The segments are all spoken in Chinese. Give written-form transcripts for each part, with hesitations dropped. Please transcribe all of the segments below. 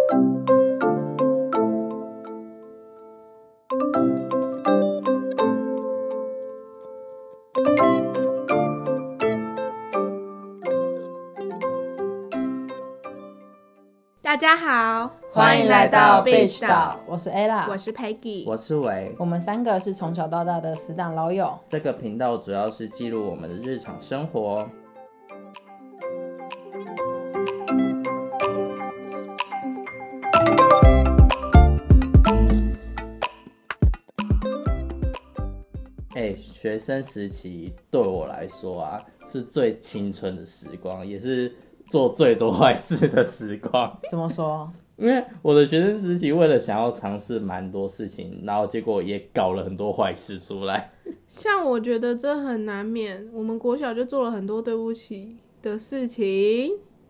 大家好， 欢迎来到 Beach 岛，我是 Ella， 我是 Peggy， 我是伟， 我们三个是从小到大的死党老友。 这个频道主要是记录我们的日常生活。学生时期对我来说啊，是最青春的时光，也是做最多坏事的时光。 怎么说？ 因为我的学生时期为了想要尝试蛮多事情，然后结果也搞了很多坏事出来。 像我觉得这很难免，我们国小就做了很多对不起的事情。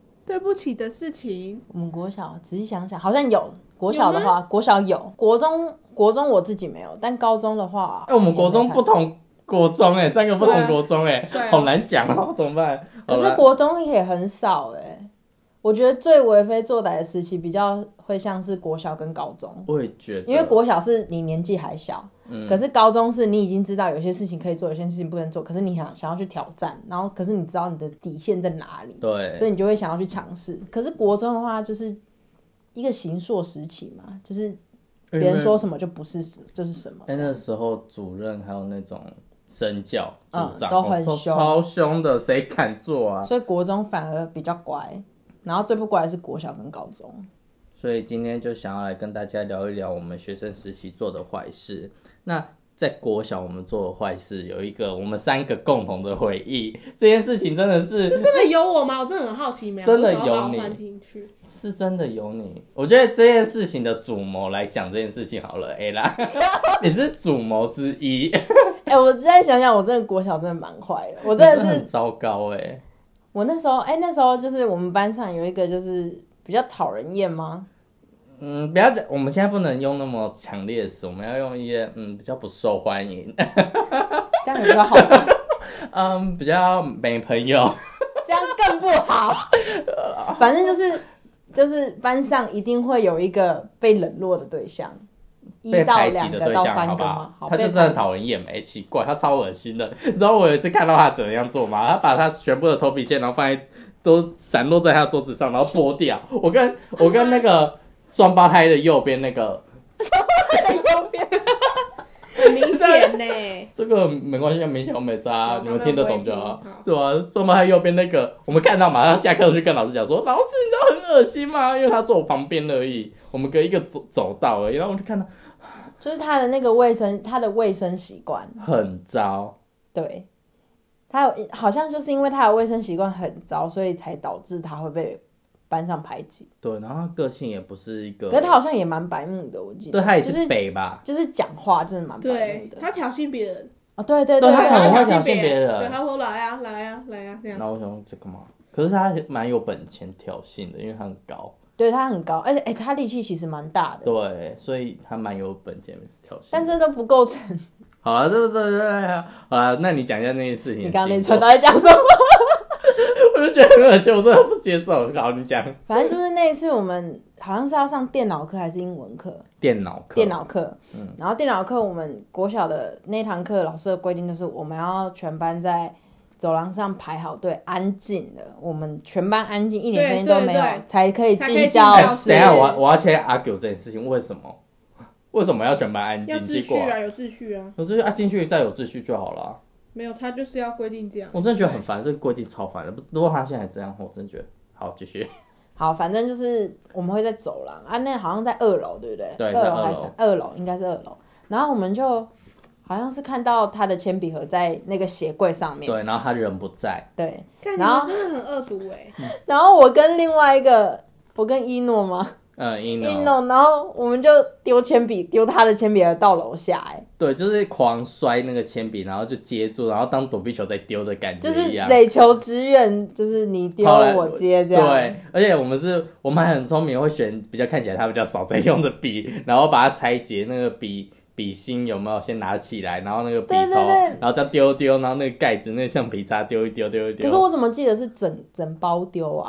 我们国小仔细想想，好像有。国小的话，国小有，国中我自己没有，但高中的话， 我们国中不同国中3个不同国中好难讲哦，怎么办？ 可是国中也很少我觉得最为非作歹的时期比较会像是国小跟高中。 我也觉得， 因为国小是你年纪还小，可是高中是你已经知道有些事情可以做，有些事情不能做，可是你想要去挑战，然后可是你知道你的底线在哪里， 对， 所以你就会想要去尝试。可是国中的话就是一个形塑时期嘛，就是别人说什么就不是就是什么。 那时候主任还有那种身教组长都很凶， 超凶的，谁敢做啊？ 所以国中反而比较乖，然后最不乖的是国小跟高中。 所以今天就想要来跟大家聊一聊我们学生时期做的坏事。那在国小我们做的坏事有一个我们3个共同的回忆，这件事情真的是， 这真的有我吗？我真的很好奇，没有， 真的有你，是真的有你。我觉得这件事情的主谋来讲这件事情好了，Ella，你是主谋之一。 我现在想想，我真的国小真的蛮坏的，我真的是很糟糕我那时候就是我们班上有一个就是比较讨人厌吗？ 不要讲，我们现在不能用那么强烈的词，我们要用一些比较不受欢迎， 这样比较好吗？ 比较没朋友， 这样更不好。反正就是班上一定会有一个被冷落的对象，1到2个到3个吗？ 好，他就真的讨人厌奇怪，他超恶心的。你知道我有一次看到他怎样做吗？他把他全部的头皮屑然后放在都散落在他桌子上，然后剥掉。我跟那个双胞胎的右边那个， 双胞胎的右边， 很明显呢。 这个没关系，明显我没差，你们听得懂就好，对吧？双胞胎右边那个，我们看到马上下课去跟老师讲说，老师你知道很恶心吗？因为他坐我旁边而已，我们隔一个走道而已，然后我就看到， 就是他的那个他的卫生习惯很糟， 对，好像就是因为他的卫生习惯很糟，所以才导致他会被班上排挤。 对，然后他个性也不是一个， 可是他好像也蛮白目的，我记得。 对，他也是北吧， 就是讲话真的蛮白目的。 他挑衅别人。 对， 他很会挑衅别人。 对，他说来啊这样。 然后我想说这干嘛？可是他蛮有本钱挑衅的，因为他很高。 对，他很高，而且他力气其实蛮大的。 对，所以他蛮有本钱挑衅。 但这都不构成。 好了，好了，那你讲一下那件事情。 你刚刚那串到底讲什么？ 我就觉得很恶心，我真的不接受。好，你讲。 反正就是那一次，我们好像是要上电脑课还是英文课？ 电脑课。 然后电脑课，我们国小的那堂课老师的规定就是我们要全班在走廊上排好队，安静的，我们全班安静，一点声音都没有，才可以进教室。 等一下，我要先 argue 这件事情，为什么？为什么要全班安静？ 要秩序啊，有秩序啊。 有秩序啊，进去再有秩序就好了。 没有，他就是要规定这样。 我真的觉得很烦，这个规定超烦的。如果他现在还这样，我真的觉得好继续。 好，反正就是我们会在走廊啊，那好像在2楼，对不对？ 对 ，2楼还是2楼，应该是2楼。然后我们就好像是看到他的铅笔盒在那个鞋柜上面。 对，然后他人不在。 对， 然后真的很恶毒然后我跟另外一个，我跟一诺吗？ 一诺，然后我们就丢他的铅笔盒到楼下对，就是狂摔那个铅笔，然后就接住，然后当躲避球在丢的感觉一样， 就是垒球之愿，就是你丢我接这样。 对，而且我们还很聪明，会选比较看起来他比较少在用的笔，然后把它拆解，那个笔芯有没有先拿起来，然后那个笔头，然后再丢，然后那个盖子那个橡皮擦丢一丢。 可是我怎么记得是整包丢啊？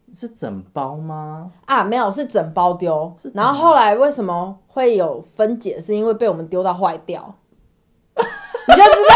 是整包吗？ 啊，没有，是整包丢。然后后来为什么会有分解，是因为被我们丢到坏掉。你就知道，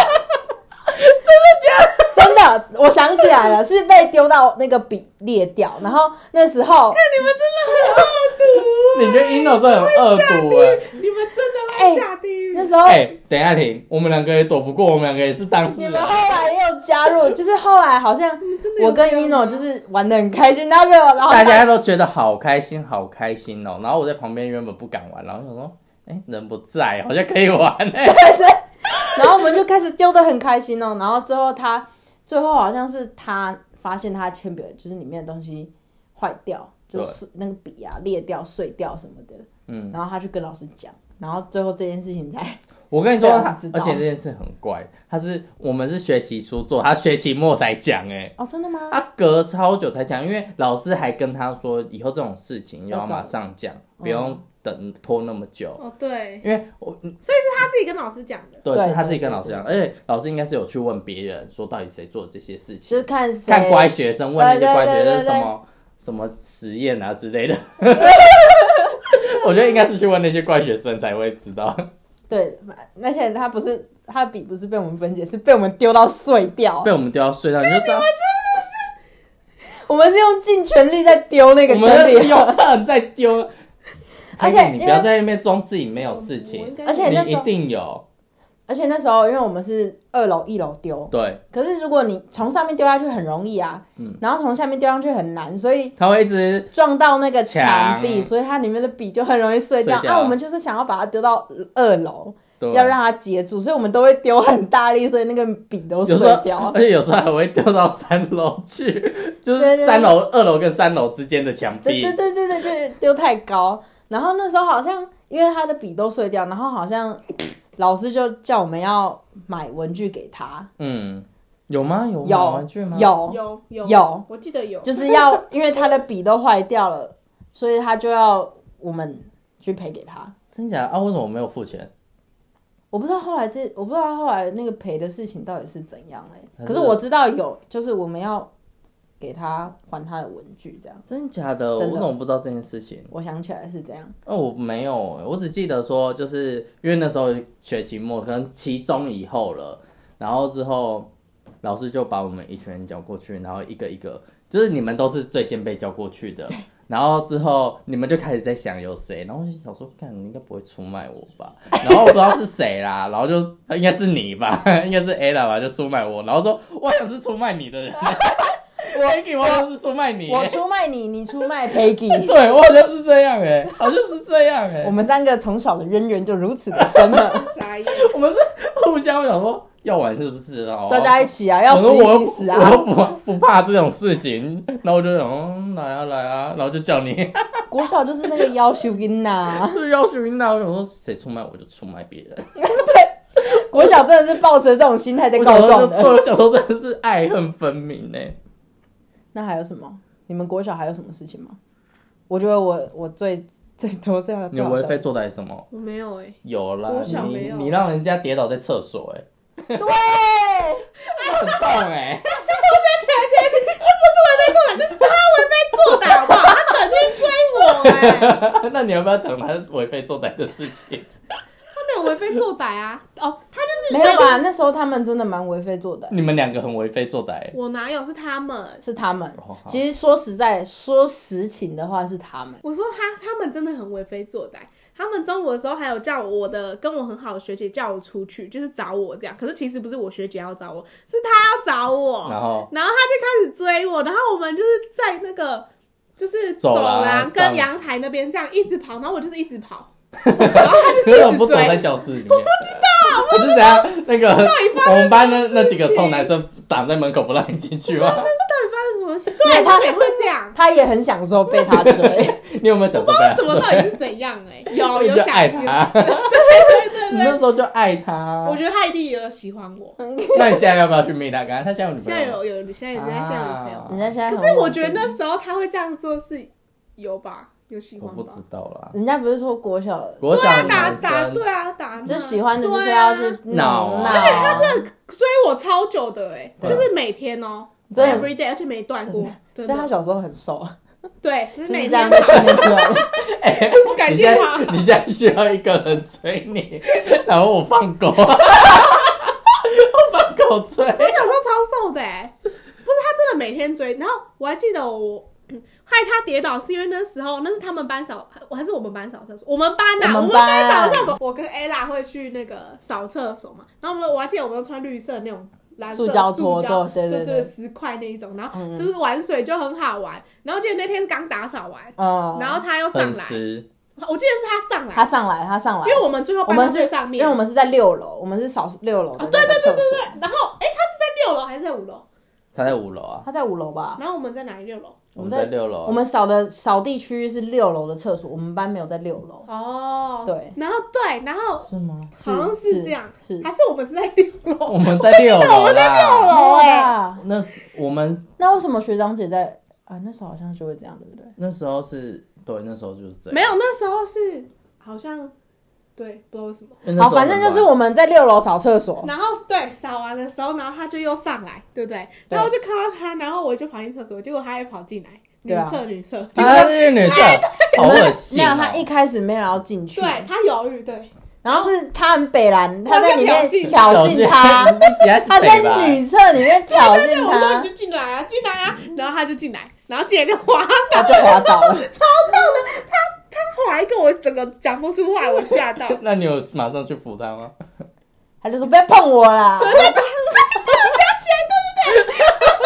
真的，我想起来了，是被丢到那个笔裂掉。然后那时候， 看你们真的很恶毒。 你跟 Ino 真的很恶毒你们真的会下地狱。 那时候， 等一下停，我们两个也躲不过，我们两个也是当事人。 你们后来又加入，就是后来好像我跟 Ino 就是玩得很开心，然后大家都觉得好开心，好开心哦。然后我在旁边原本不敢玩，然后想说，人不在，好像可以玩然后我们就开始丢得很开心哦。然后最后好像是他发现他铅笔就是里面的东西坏掉，就是那个笔啊裂掉、碎掉什么的。然后他去跟老师讲，然后最后这件事情才我跟你说，而且这件事很怪，我们是学期初做，他学期末才讲哦，真的吗？ 他隔超久才讲，因为老师还跟他说，以后这种事情要马上讲，不用拖那么久。 哦，对， 因为所以是他自己跟老师讲的。 对，是他自己跟老师讲，而且老师应该是有去问别人，说到底谁做的这些事情， 就是看乖学生，问那些乖学生什么实验啊之类的。我觉得应该是去问那些怪学生才会知道。 对，而且他的笔不是被我们分解，是被我们丢到碎掉。 被我们丢到碎掉，你就知道。 我们是用尽全力在丢那个铅笔， 我们是用恨在丢。 而且你不要在那边装自己没有事情， 而且那时候你一定有。 而且那时候因为我们是2楼1楼丢， 对。 可是如果你从上面丢下去很容易啊，然后从下面丢上去很难，所以它会一直撞到那个墙壁，所以它里面的笔就很容易碎掉。我们就是想要把它丢到2楼，要让它接住，所以我们都会丢很大力，所以那个笔都碎掉。 而且有时候还会丢到3楼去，就是2楼跟3楼之间的墙壁。 对，就是丢太高。然后那时候好像因为他的笔都碎掉，然后好像老师就叫我们要买文具给他。 有吗？有买文具吗？ 有， 我记得有， 就是要因为他的笔都坏掉了，所以他就要我们去赔给他。 真假啊？为什么我没有付钱？ 我不知道后来那个赔的事情到底是怎样可是我知道有，就是我们要给他还他的文具这样。 真假的？我怎么不知道这件事情？ 我想起来是这样。 我没有我只记得说，就是因为那时候学期末，可能期中以后了，然后之后老师就把我们一群人叫过去，然后一个一个，就是你们都是最先被叫过去的，然后之后你们就开始在想有谁，然后我就想说，看你应该不会出卖我吧？然后我不知道是谁啦，然后就应该是你吧，应该是 Ella 吧，就出卖我，然后说我想是出卖你的人。Peggy 我好像是出卖你， 我出卖你，你出卖 Peggy。 对，我好像是这样好像是这样我们3个从小的渊源就如此的深了。 傻眼。 我们是互相想说要玩是不是？ 大家一起啊，要死一起死啊！ 我不怕这种事情，然后我就想，来啊，然后就叫你。 国小就是那个要求音呐， 是要求音呐。我想说谁出卖我就出卖别人。 对，国小真的是抱着这种心态在告状的。 我小时候真的是爱恨分明那还有什么？你们国小还有什么事情吗？我觉得我最多这样。 你为非作歹什么？ 我没有有啦， 国小没有。 你让人家跌倒在厕所对， 那很痛我想起来，那不是为非作歹，那是他为非作歹，好不好？他整天追我那你要不要讲他为非作歹的事情？ 他没有为非作歹啊！他就是没有吧？那时候他们真的蛮为非作歹。 你们2个很为非作歹。 我哪有？是他们。 其实说实情的话是他们。 我说他们真的很为非作歹。他们中午的时候还有叫我跟我很好的学姐叫我出去，就是找我这样。可是其实不是我学姐要找我，是她要找我。 然后他就开始追我，然后我们就是在那个就是走廊跟阳台那边这样一直跑，然后我就是一直跑。然后他就可是我不躲在教室里面，我不知道，我是怎样那个我们班那几个臭男生挡在门口不让你进去吗？ 那是到底发生什么事？对，他也会这样， 他也很享受被他追。 你有没有享受被他追？ 我不知道什么到底是怎样有想爱他， 对， 你那时候就爱他。 我觉得他一定也有喜欢我。 那你现在要不要去密他？他现在有女朋友？ 现在有女朋友。 人家现在可是我觉得那时候他会这样做是有吧？有喜欢吧？ 我不知道啦。 人家不是说国小打对啊打， 就喜欢的就是要去闹， 而且他真的追我超久的就是每天真的 every day， 而且没断过。 所以他小时候很瘦。 对， 就是这样被训练出来的。 我感谢他。 你现在需要一个人追你，然后我放狗，我放狗追。 我小时候超瘦的不是他真的每天追，然后我还记得我害他跌倒是因为那时候那是他们班扫，还是我们班扫厕所？我们班我们班扫厕所，我跟 Ella 会去那个扫厕所嘛，然后我还记得我们都穿绿色那种。 塑胶拖，对 10块那一种，然后就是玩水就很好玩。然后记得那天刚打扫完，然后他又上来，我记得是他上来，因为我们最后搬到最上面， 因为我们是在6楼，我们是扫6楼的那个厕所。 对。然后他是在6楼还是在5楼？ 他在5楼啊， 他在5楼吧。 然后我们在哪里？6楼。 我们在6楼。 我们扫地区域是6楼的厕所，我们班没有在6楼。 哦， 对。 然后是吗？ 好像是这样， 是还是我们是在6楼？ 我们在6楼啦。 我们在6楼那是我们。 那为什么学长姐在啊？那时候好像就会这样，对不对？ 那时候是对，那时候就是这样。 没有，那时候是好像。对，不知道为什么。 好，反正就是我们在6楼扫厕所， 然后对扫完的时候，然后他就又上来，对不对？然后我就看到他，然后我就跑进厕所，结果他也跑进来，女厕， 他是女厕，好恶心。 没有，他一开始没有要进去， 对他犹豫，对。 然后是他很北蓝，他在里面挑衅他， 他在女厕里面挑衅他。 我说你就进来啊，然后他就进来，然后进来就滑倒， 他就滑倒了，超痛的。他滑一个，我整个讲不出话，我吓到。 那你有马上去扶他吗？ 他就说不要碰我啦。 我想起来，对。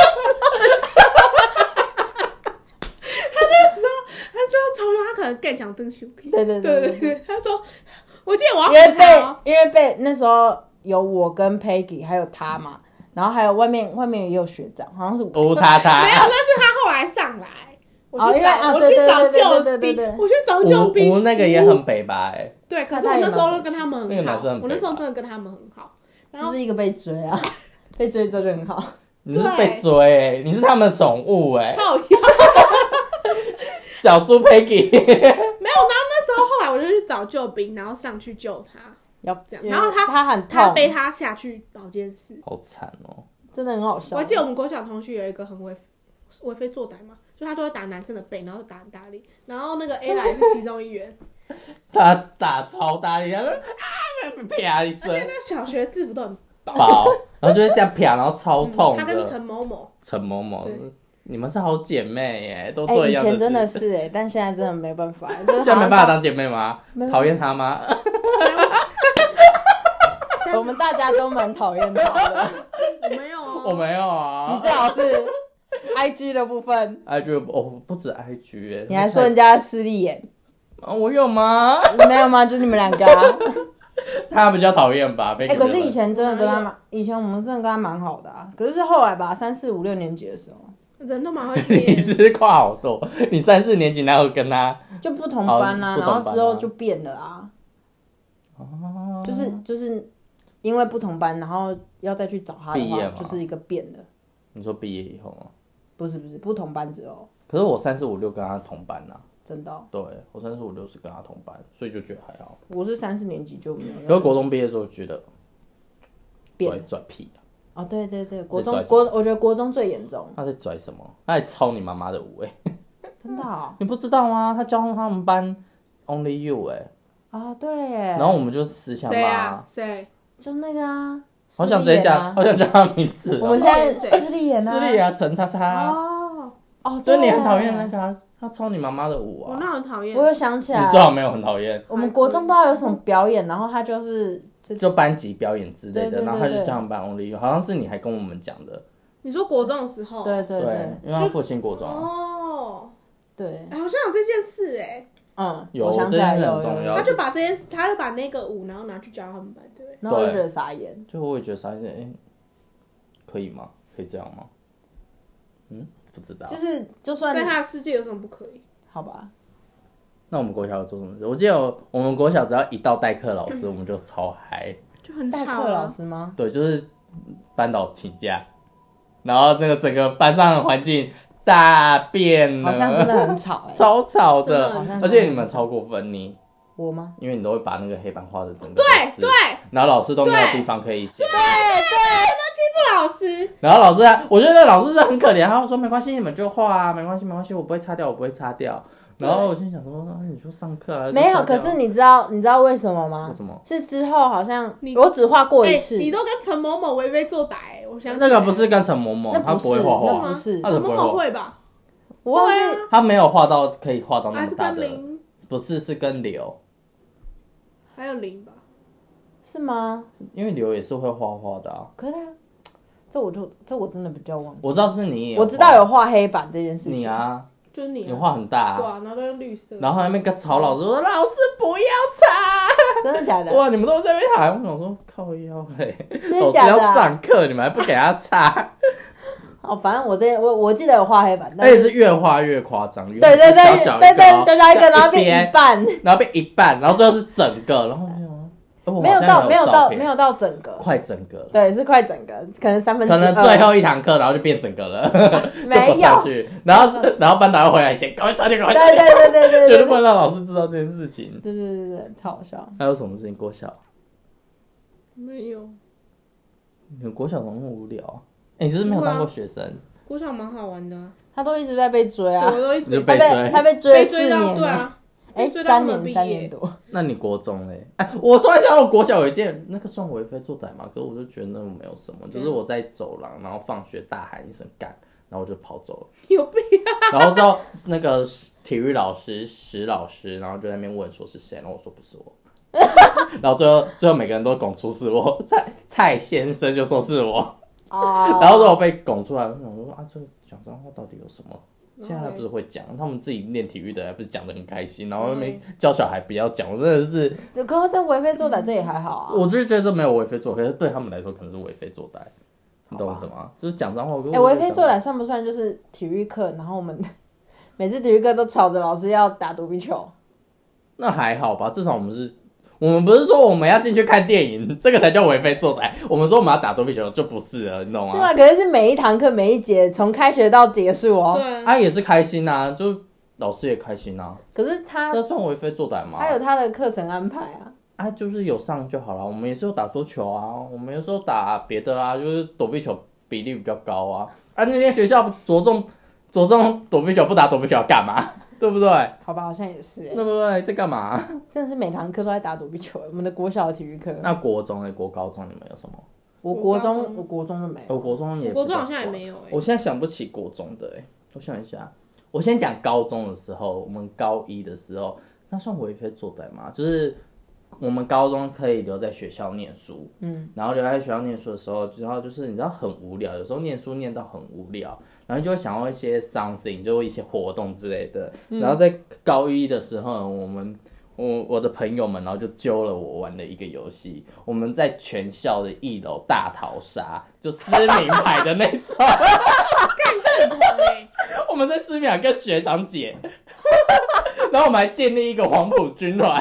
他那时候，他就嘲笑他可能更想登熊皮。对。他说，我记得我要扶他因为被那时候有我跟 Peggy 还有他嘛，然后还有外面也有学长，好像是吴叉叉。 没有，那是他后来上来。我去找救兵。 吴那个也很北吧对，可是我那时候跟他们很好，我那时候真的跟他们很好。 就是一个被追啊，被追之后就很好。 你是被追你是他们的宠物靠腰。 小猪 Peggy。 没有，然后那时候后来我就去找救兵，然后上去救他，这样。然后他很痛， 他背他下去保健室， 好惨哦， 真的很好笑。 我记得我们国小同学有一个很为非作歹嘛。就他都会打男生的背，然后打很大力，然后那个 A 来是其中一员， 他打超大力，他说啪一声， 而且那小学制服都很薄，然后就会这样啪，然后超痛的。 他跟陈某某， 你们是好姐妹耶，都做一样的事。 以前真的是但现在真的没办法， 现在没办法当姐妹吗？讨厌他吗？ 我们大家都蛮讨厌他的。 我没有啊， 你最好是。IG 的部分 ，IG 不止 IG 你还说人家势利眼我有吗？ 没有吗？就是你们两个啊。 他比较讨厌吧？ 可是以前真的跟他以前我们真的跟他蛮好的啊。可是后来吧，3、4、5、6年级的时候， 人都蛮会你是跨好多，你3、4年级哪有跟他就不同班啊，然后之后就变了啊。就是因为不同班，然后要再去找他的话，就是一个变的。 你说毕业以后吗？ 不是不同班之后。 可是我3、4、5、6跟他同班啊。 真的对，我3、4、5、6是跟他同班，所以就觉得还好。 我是3、4年级就没有。 可是国中毕业之后觉得拽屁哦，对，国中我觉得国中最严重。 他在拽什么？他在抄你妈妈的舞真的哦？ 你不知道吗？他教他们班 Only You 对耶。 然后我们就私下骂谁？ 就是那个啊。 好想直接讲，好想叫他名字。 我们现在势利眼啊， 势利啊，陈叉叉。就是你很讨厌那个他抄你妈妈的舞啊。 我那很讨厌。 我有想起来， 你最好没有很讨厌。 我们国中不知道有什么表演，然后他就班级表演之类的，然后他就叫他们班 Only You， 好像是你还跟我们讲的。 你说国中的时候？ 对， 因为他复兴国中。 对， 好像有这件事有， 我想起来有。 他就把那个舞，然后拿去教他们班，对。 然后我就觉得傻眼， 我也觉得傻眼，可以吗？可以这样吗？不知道。 就算在他的世界有什么不可以？ 好吧。 那我们国小有做什么事？我记得我们国小只要一到代课老师，我们就超嗨。 就很吵。 代课老师吗？ 对，就是班导请假，然后那个整个班上的环境大变了， 好像真的很吵超吵的，而且你们超过分我吗？ 因为你都会把那个黑板画的整个对， 然后老师都没有地方可以写。 对， 老师。 然后老师我觉得那个老师是很可怜，他说没关系，你们就画啊，没关系，我不会擦掉。然后我就想说，你就上课啊。 没有，可是你知道为什么吗？ 为什么？ 是之后好像我只画过一次。 你都跟陈某某为非作歹，我想那个不是跟陈某某，他不会画画， 那不是陈某某会吧？ 我忘记他没有画到可以画到那么大的， 还是跟零？ 不是，是跟刘， 还有零吧？ 是吗？ 因为刘也是会画画的啊。 可是他这我真的比较忘记。 我知道是你也， 我知道有画黑板这件事情。 你啊。 就是你画很大对啊，然后都用绿色， 然后那边跟曹老师说：“老师不要擦。” 真的假的？ 哇，你们都在那边喊，我想说靠腰嘞， 真的假的？ 老师要上课，你们还不给他擦？ 哦，反正我记得有画黑板， 而且是越画越夸张， 对，小小一个，然后变一半， 然后变一半，然后最后是整个，然后没有到整个， 快整个， 对，是快整个，可能2/3， 可能最后一堂课，然后就变整个了， 没有上去，然后班导要回来前，赶快擦掉，赶快擦掉，对， 绝对不能让老师知道这件事情， 对，超好笑。 还有什么事情？国小没有， 你们国小怎么那么无聊啊？你是不是没有当过学生？ 国小蛮好玩的， 他都一直在被追啊， 我都一直被追， 他被追4年， 对啊。 3年多。 那你国中嘞？我突然想到，我国小有一件，那个算为非作歹嘛？可是我就觉得那没有什么，就是我在走廊，然后放学大喊一声干，然后我就跑走了。 有病啊！ 然后之后那个体育老师石老师，然后就在那边问说是谁，然后我说不是我。然后最后每个人都拱出是我，蔡先生就说是我。然后之后被拱出来，我想说这讲脏话到底有什么？现在不是会讲，他们自己练体育的还不是讲得很开心，然后没教小孩不要讲，我真的是。 可是这为非作歹这也还好啊。 我就觉得这没有为非作歹，可是对他们来说可能是为非作歹，你懂我什么？就是讲脏话。 为非作歹算不算就是体育课？然后我们每次体育课都吵着老师要打躲避球。 那还好吧，至少我们不是说我们要进去看电影，这个才叫为非作歹。我们说我们要打躲避球就不是了，你懂吗？ 是吗？可是每一堂课每一节从开学到结束哦。 对。 他也是开心啊，就老师也开心啊。 可是那算为非作歹吗？ 他有他的课程安排啊。 就是有上就好了。我们也是有打桌球啊，我们有时候打别的啊，就是躲避球比例比较高啊。那间学校着重躲避球，不打躲避球要干嘛？对不对？ 好吧，好像也是。 对不对？在干嘛？ 真的是每堂课都在打躲避球。我们的国小的体育课。 那国中国高中你们有什么？ 我国中就没有。 我国中好像也没有。 我现在想不起国中的我想一下。我先讲高中的时候，我们高一的时候，那算为非作歹吗？就是我们高中可以留在学校念书，然后留在学校念书的时候，然后就是你知道很无聊，有时候念书念到很无聊，然后就会想要一些 something， 就一些活动之类的。然后在高一的时候，我的朋友们，然后就揪了我玩了一个游戏，我们在全校的1楼大逃杀，就撕名牌的那种。 干这很狂我们在撕名牌跟学长姐，然后我们还建立一个黄埔军团。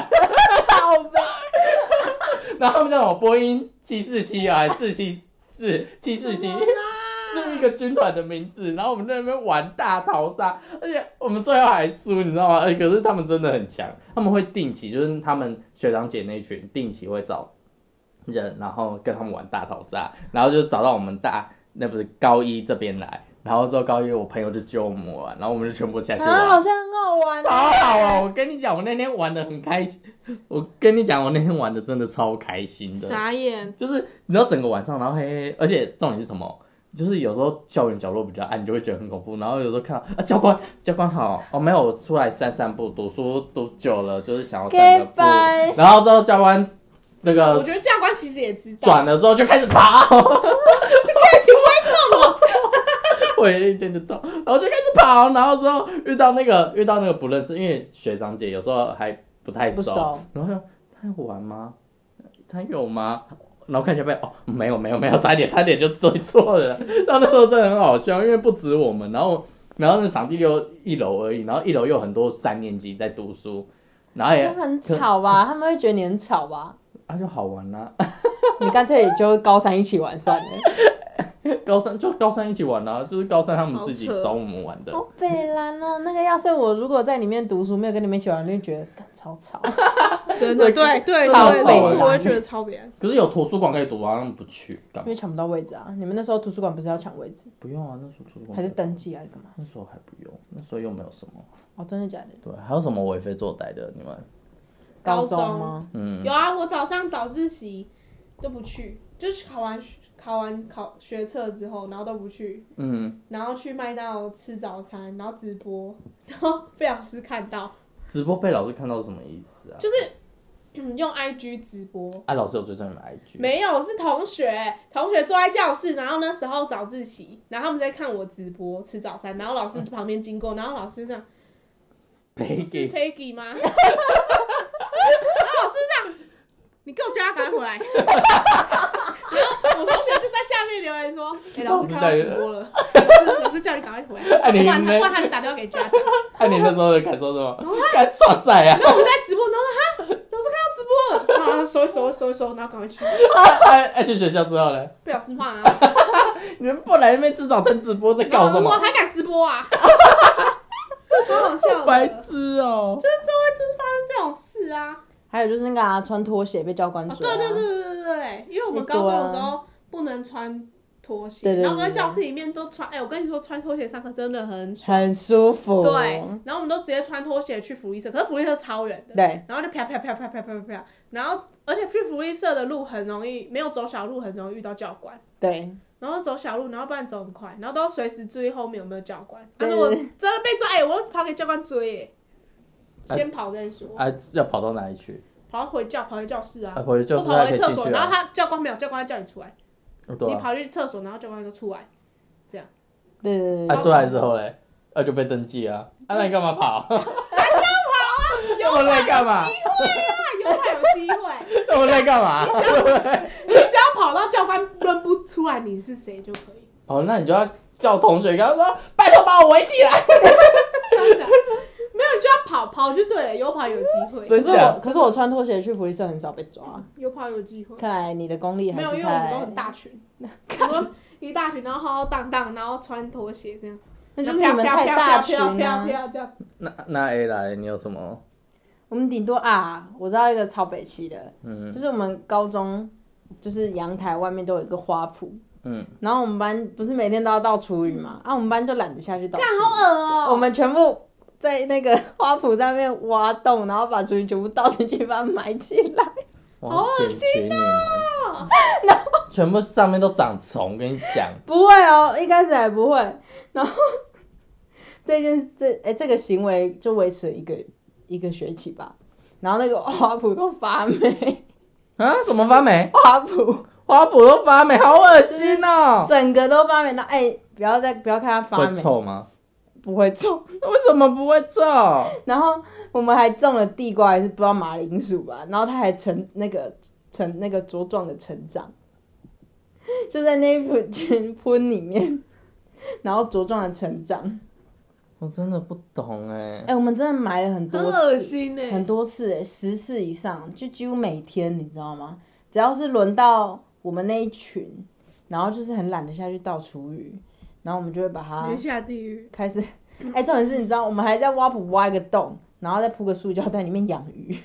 然后他们叫什么波音747还是747，就是一个军团的名字。然后我们在那边玩大逃杀，而且我们最后还输，你知道吗？可是他们真的很强，他们会定期，就是他们学长姐那群定期会找人，然后跟他们玩大逃杀，然后就找到我们不是高一这边来。然后之后高一我朋友就揪我们玩，然后我们就全部下去玩， 好像很好玩， 超好啊！我跟你讲，我那天玩的很开心。我跟你讲，我那天玩的真的超开心的。 傻眼， 就是你知道整个晚上，然后黑，而且重点是什么？就是有时候校园角落比较暗，你就会觉得很恐怖。然后有时候看到教官好没有，我出来散步，读书读久了，就是想要散个步。然后之后教官这个， 我觉得教官其实也知道， 转了之后就开始跑。 你不会痛哦。 我一点就到，然后就开始跑，然后之后遇到那个不认识，因为学长姐有时候还不太熟，然后说他有玩吗？他有吗？然后看起来没有，差点就追错了。然后那时候真的很好笑，因为不止我们，然后那场地就1楼而已，然后1楼又有很多3年级在读书，然后也很吵吧？他们会觉得你很吵吧？ 就好玩啊！ 你干脆就高3一起玩算了。 高三一起玩啊，就是高三他们自己找我们玩的。 好北蓝哦，那个要是我如果在里面读书，没有跟你们一起玩，就会觉得超吵。 真的，对， 超北蓝我也觉得超北蓝。 可是有图书馆可以读啊，他们不去，干嘛？ 因为抢不到位置啊！你们那时候图书馆不是要抢位置？ 不用啊，那时候图书馆还是登记还是干嘛？ 那时候还不用，那时候又没有什么。 哦，真的假的？ 对，还有什么为非作歹的？你们？ 高中吗？ 有啊，我早上早自习都不去，就是考完学测之后，然后都不去，然后去麦当劳吃早餐，然后直播，然后被老师看到。 直播被老师看到是什么意思啊？ 就是用 IG 直播。 老师有追踪你们 IG？ 没有，是同学坐在教室，然后那时候早自习，然后他们在看我直播吃早餐，然后老师旁边经过，然后老师就这样。是 Peggy 吗？然后老师这样，你给我叫他赶快回来。然后我同学就在下面留言说：“老师看到直播了，老师叫你赶快回来，不然他就打电话给家长。” 你那时候的感受是什么？干耍赛啊！ 然后我们在直播，然后说：“哈，老师看到直播了。”然后收，然后赶快去。 去学校之后呢？ 被老师骂啊！ 你们不来那边吃早餐直播，在搞什么？ 还敢直播啊？超好笑的， 白痴哦！ 就是这会就是发生这种事啊。 还有就是那个穿拖鞋被教官追。 对，因为我们高中的时候不能穿拖鞋，然后我们在教室里面都穿。我跟你说，穿拖鞋上课真的很爽， 很舒服。 对，然后我们都直接穿拖鞋去福利社，可是福利社超远的。 对， 然后就啪，然后而且去福利社的路很容易，没有走小路很容易遇到教官。 对。 然后走小路，然后不然走很快，然后都要随时注意后面有没有教官。如果真的被抓，我跑给教官追耶，先跑再说。 要跑到哪里去？ 跑回教室啊， 回教室跑回厕所，然后教官没有，教官叫你出来。 对啊， 你跑去厕所，然后教官就出来，这样。 对。 出来之后嘞，就被登记啊。那你干嘛跑？ 还是要跑啊！ 那么累干嘛？ 有机会。 那么累干嘛？ 你只要跑到教官认不出来你是谁就可以。 那你就要叫同学跟他说：“拜托把我围起来。” 没有，你就要跑就对了，有跑有机会。 可是我穿拖鞋去福利社很少被抓。 有跑有机会。 看来你的功力还是太…… 没有，因为我们都很大群，我们一大群，然后浩浩荡荡，然后穿拖鞋这样。 那就是你们太大群啊！ 这样。 那 A 来，你有什么？ 我们顶多我知道一个超北七的，就是我们高中就是阳台外面都有一个花圃，然后我们班不是每天都要倒厨余嘛，我们班就懒得下去倒厨余， 好恶哦！ 我们全部在那个花圃上面挖洞，然后把厨余全部倒进去，把它埋起来。 好恶心哦！全部上面都长虫，跟你讲。 不会哦，一开始还不会，然后这个行为就维持了一个学期吧，然后那个花圃都发霉啊？什么发霉？ 花圃都发霉，好恶心哦！ 整个都发霉了。不要看它发霉。 会臭吗？ 不会臭。 为什么不会臭？ 然后我们还种了地瓜，还是不知道马铃薯吧，然后它还成那个茁壮的成长，就在那一群盆里面，然后茁壮的成长。 我真的不懂我们真的埋了很多次， 很恶心很多次10次以上，就几乎每天，你知道吗？只要是轮到我们那一群，然后就是很懒得下去倒厨余，然后我们就会把它下地狱。 开始，重点是你知道，我们还在挖圃挖一个洞，然后再铺个塑胶袋里面养鱼，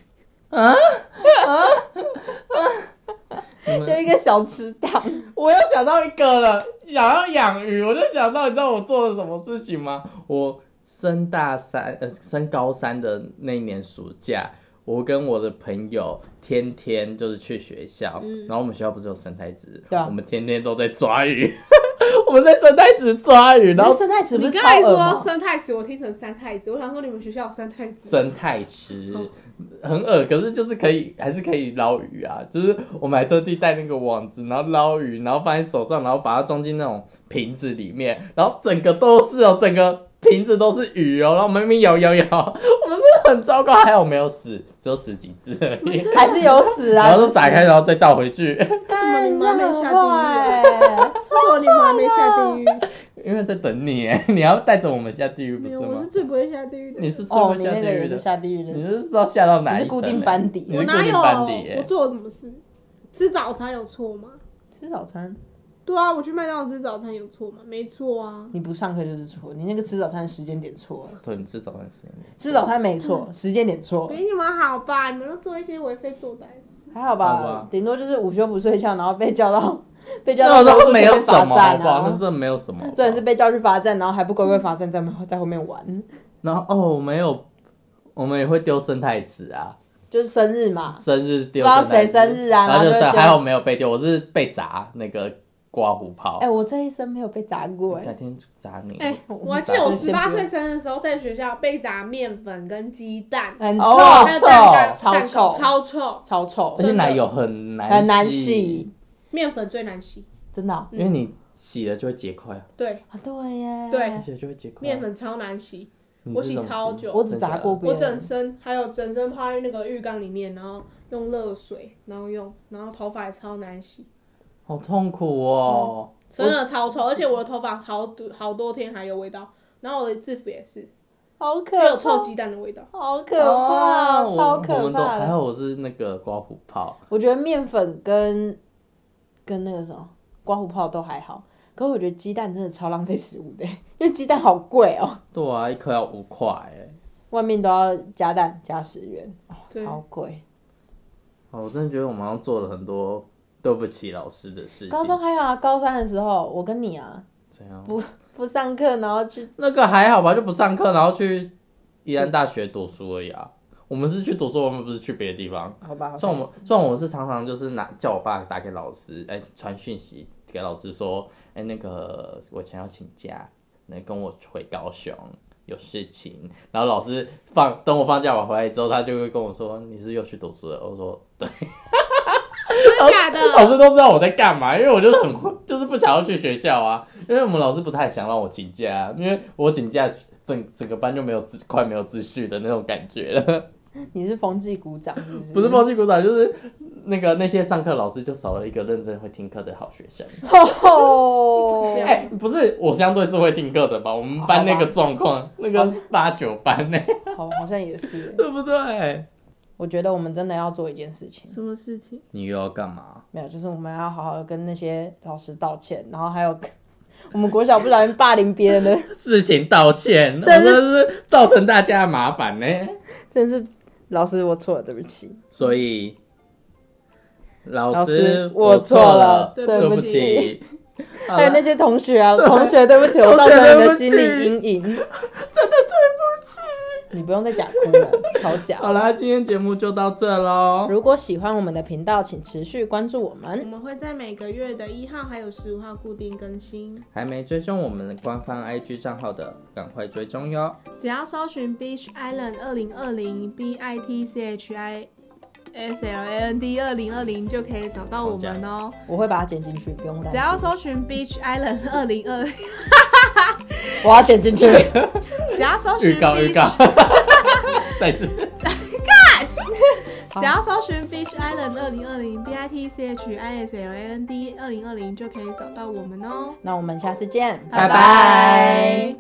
就一个小池塘。 我又想到一个了，想要养鱼，我就想到，你知道我做了什么事情吗？我升高三的那一年暑假，我跟我的朋友天天就是去学校，然后我们学校不是有生态池，我们天天都在抓鱼。我们在生态池抓鱼，然后生态池不是超恶吗？ 你刚才说生态池，我听成三太子，我想说你们学校有生态池。 生态池很恶，可是就是还是可以捞鱼啊！就是我们还特地带那个网子，然后捞鱼，然后放在手上，然后把它装进那种瓶子里面，然后整个都是整个瓶子都是鱼然后我们那边摇，我们真的很糟糕，还好没有死，只有死几只而已， 还是有死啊！ 然后就打开，然后再倒回去。 为什么你们还没下地狱？为什么你们还没下地狱？ 因为在等你你要带着我们下地狱，不是吗？ 我是最不会下地狱的。 你是最会下地狱的， 你那个也是下地狱的， 你是不知道下到哪一层。 你是固定班底， 我哪有？我做了什么事？吃早餐有错吗？ 吃早餐对啊，我去麦当劳吃早餐有错吗？没错啊。 你不上课就是错，你那个吃早餐时间点错了。 对，你吃早餐时间点。 吃早餐没错，时间点错。 比你们好吧？你们都做一些为非作歹的事。 还好吧，顶多就是午休不睡觉，然后被叫到那没有什么， 罚站那真的没有什么。 真的是被叫去罚站，然后还不乖乖罚站，在后面玩。 然后我们也会丢生态池啊， 就是生日嘛， 生日丢不知道谁生日啊， 然后就还好没有被丢，我是被砸那个刮胡泡。 我这一生没有被砸过改天砸你。 我还记得我18岁生日的时候，在学校被砸面粉跟鸡蛋， 很臭，超臭， 而且奶油很难洗， 面粉最难洗， 真的， 因为你洗了就会结块。 对啊，对耶， 对， 洗了就会结块。 面粉超难洗，我洗超久， 我只砸过别人， 我整身泡在那个浴缸里面，然后用热水，然后头发也超难洗。 好痛苦哦， 真的超臭，而且我的头发好多天还有味道，然后我的制服也是， 好可怕， 有臭鸡蛋的味道， 好可怕，超可怕的。 还好我是那个刮胡泡， 我觉得面粉跟那个什么刮胡泡都还好，可是我觉得鸡蛋真的超浪费食物的，因为鸡蛋好贵哦。 对啊，一颗要5块哎， 外面都要加蛋加10元，超贵。 我真的觉得我们好像做了很多对不起老师的事情。 高中还好啊，高3的时候我跟你啊， 怎样？ 不上课，然后去那个还好吧，就不上课，然后去宜兰大学读书而已啊。我们是去读书，我们不是去别的地方。 好吧。 虽然我是常常就是叫我爸打给老师，传讯息给老师说，那个我想要请假，跟我回高雄有事情。然后老师等我放假我回来之后，他就会跟我说，你是又去读书了？我说对。 真的假的？ 老师都知道我在干嘛，因为我就是不想要去学校啊，因为我们老师不太想让我请假，因为我请假整个班就快没有秩序的那种感觉了。 你是风纪股长是不是？ 不是风纪股长，就是那些上课老师就少了一个认真会听课的好学生。不是我相对是会听课的吧？我们班那个状况，那个8、9班呢， 好像也是， 对不对？ 我觉得我们真的要做一件事情。 什么事情？ 你又要干嘛？ 没有，就是我们要好好的跟那些老师道歉，然后还有我们国小不小心霸凌别人的事情道歉，真的是造成大家的麻烦呢。 真是老师我错了，对不起。 所以老师我错了，对不起。还有那些同学啊，同学对不起，我造成你的心理阴影，真的对不起。你不用再假哭了，超假。 好啦，今天节目就到这咯。 如果喜欢我们的频道，请持续关注我们。 我们会在每个月的1号还有15号固定更新。 还没追踪我们的官方 IG 账号的，赶快追踪哟。 只要搜寻 Beach Island 2020 BITCHISLAND 2020就可以找到我们哦。 我会把它剪进去，不用担心。 只要搜寻 Beach Island 2020， 我要剪进去。 只要搜寻预告，再次看。只要搜寻 Beach Island 2020 BITCHISLAND 2020就可以找到我们哦。 那我们下次见， 拜拜。